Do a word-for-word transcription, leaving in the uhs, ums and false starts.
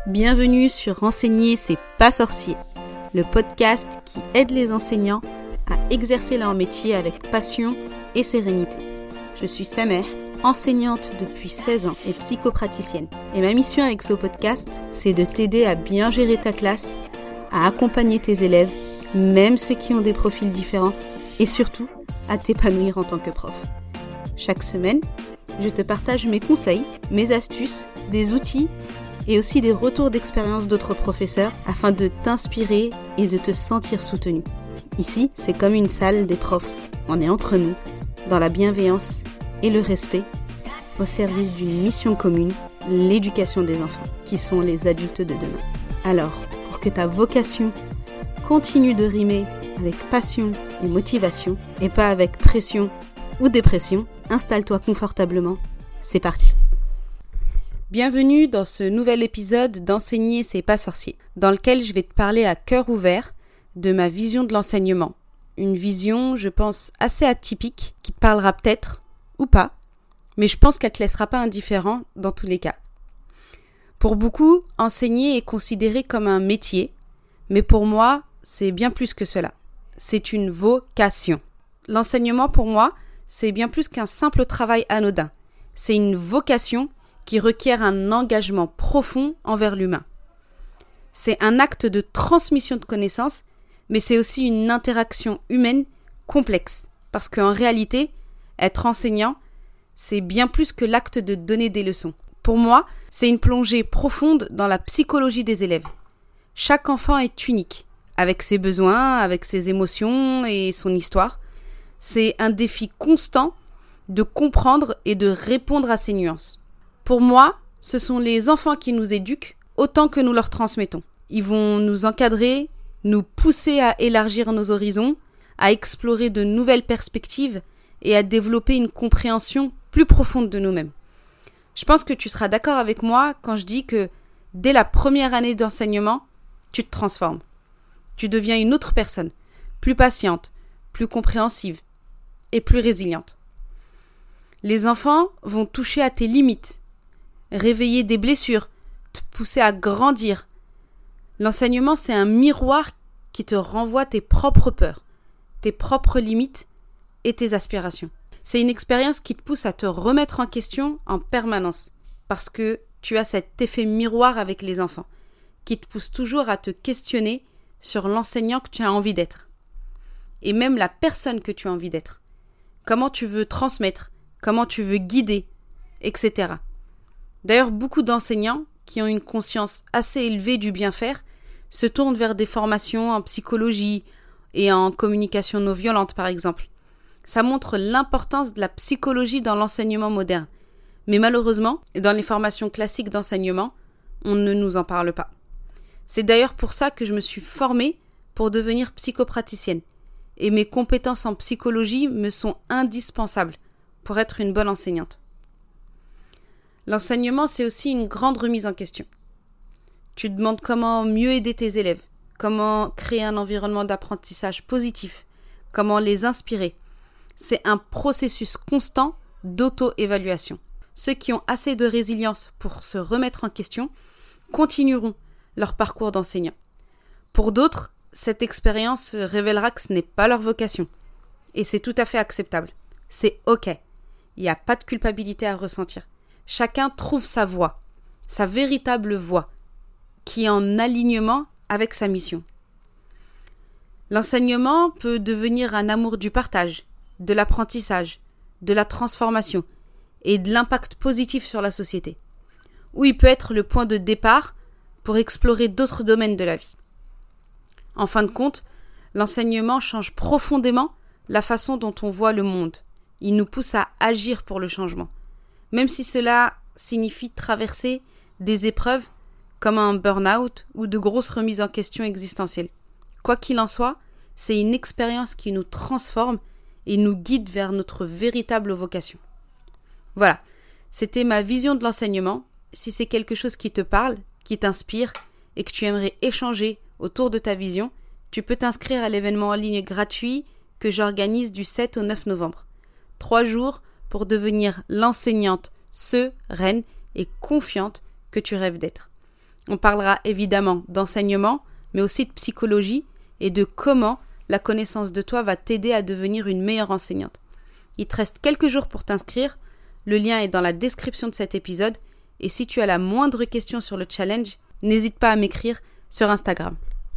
Bienvenue sur Enseigner, c'est pas sorcier, le podcast qui aide les enseignants à exercer leur métier avec passion et sérénité. Je suis Samer, enseignante depuis seize ans et psychopraticienne. Et ma mission avec ce podcast, c'est de t'aider à bien gérer ta classe, à accompagner tes élèves, même ceux qui ont des profils différents, et surtout, à t'épanouir en tant que prof. Chaque semaine, je te partage mes conseils, mes astuces, des outils et aussi des retours d'expérience d'autres professeurs afin de t'inspirer et de te sentir soutenu. Ici, c'est comme une salle des profs. On est entre nous, dans la bienveillance et le respect, au service d'une mission commune, l'éducation des enfants, qui sont les adultes de demain. Alors, pour que ta vocation continue de rimer avec passion et motivation, et pas avec pression ou dépression, installe-toi confortablement. C'est parti. Bienvenue dans ce nouvel épisode d'Enseigner, c'est pas sorcier, dans lequel je vais te parler à cœur ouvert de ma vision de l'enseignement. Une vision, je pense, assez atypique, qui te parlera peut-être ou pas, mais je pense qu'elle te laissera pas indifférent dans tous les cas. Pour beaucoup, enseigner est considéré comme un métier, mais pour moi, c'est bien plus que cela. C'est une vocation. L'enseignement, pour moi, c'est bien plus qu'un simple travail anodin. C'est une vocation qui requiert un engagement profond envers l'humain. C'est un acte de transmission de connaissances, mais c'est aussi une interaction humaine complexe. Parce qu'en réalité, être enseignant, c'est bien plus que l'acte de donner des leçons. Pour moi, c'est une plongée profonde dans la psychologie des élèves. Chaque enfant est unique, avec ses besoins, avec ses émotions et son histoire. C'est un défi constant de comprendre et de répondre à ces nuances. Pour moi, ce sont les enfants qui nous éduquent autant que nous leur transmettons. Ils vont nous encadrer, nous pousser à élargir nos horizons, à explorer de nouvelles perspectives et à développer une compréhension plus profonde de nous-mêmes. Je pense que tu seras d'accord avec moi quand je dis que dès la première année d'enseignement, tu te transformes. Tu deviens une autre personne, plus patiente, plus compréhensive et plus résiliente. Les enfants vont toucher à tes limites, réveiller des blessures, te pousser à grandir. L'enseignement, c'est un miroir qui te renvoie tes propres peurs, tes propres limites et tes aspirations. C'est une expérience qui te pousse à te remettre en question en permanence, parce que tu as cet effet miroir avec les enfants, qui te pousse toujours à te questionner sur l'enseignant que tu as envie d'être, et même la personne que tu as envie d'être. Comment tu veux transmettre, comment tu veux guider, et cetera. D'ailleurs, beaucoup d'enseignants qui ont une conscience assez élevée du bien-faire se tournent vers des formations en psychologie et en communication non violente, par exemple. Ça montre l'importance de la psychologie dans l'enseignement moderne. Mais malheureusement, dans les formations classiques d'enseignement, on ne nous en parle pas. C'est d'ailleurs pour ça que je me suis formée pour devenir psychopraticienne. Et mes compétences en psychologie me sont indispensables pour être une bonne enseignante. L'enseignement, c'est aussi une grande remise en question. Tu te demandes comment mieux aider tes élèves, comment créer un environnement d'apprentissage positif, comment les inspirer. C'est un processus constant d'auto-évaluation. Ceux qui ont assez de résilience pour se remettre en question continueront leur parcours d'enseignant. Pour d'autres, cette expérience révélera que ce n'est pas leur vocation. Et c'est tout à fait acceptable. C'est OK. Il n'y a pas de culpabilité à ressentir. Chacun trouve sa voie, sa véritable voie, qui est en alignement avec sa mission. L'enseignement peut devenir un amour du partage, de l'apprentissage, de la transformation et de l'impact positif sur la société. Ou il peut être le point de départ pour explorer d'autres domaines de la vie. En fin de compte, l'enseignement change profondément la façon dont on voit le monde. Il nous pousse à agir pour le changement. Même si cela signifie traverser des épreuves comme un burn-out ou de grosses remises en question existentielles. Quoi qu'il en soit, c'est une expérience qui nous transforme et nous guide vers notre véritable vocation. Voilà, c'était ma vision de l'enseignement. Si c'est quelque chose qui te parle, qui t'inspire et que tu aimerais échanger autour de ta vision, tu peux t'inscrire à l'événement en ligne gratuit que j'organise du sept au neuf novembre. Trois jours pour devenir l'enseignante sereine et confiante que tu rêves d'être. On parlera évidemment d'enseignement, mais aussi de psychologie et de comment la connaissance de toi va t'aider à devenir une meilleure enseignante. Il te reste quelques jours pour t'inscrire, le lien est dans la description de cet épisode et si tu as la moindre question sur le challenge, n'hésite pas à m'écrire sur Instagram.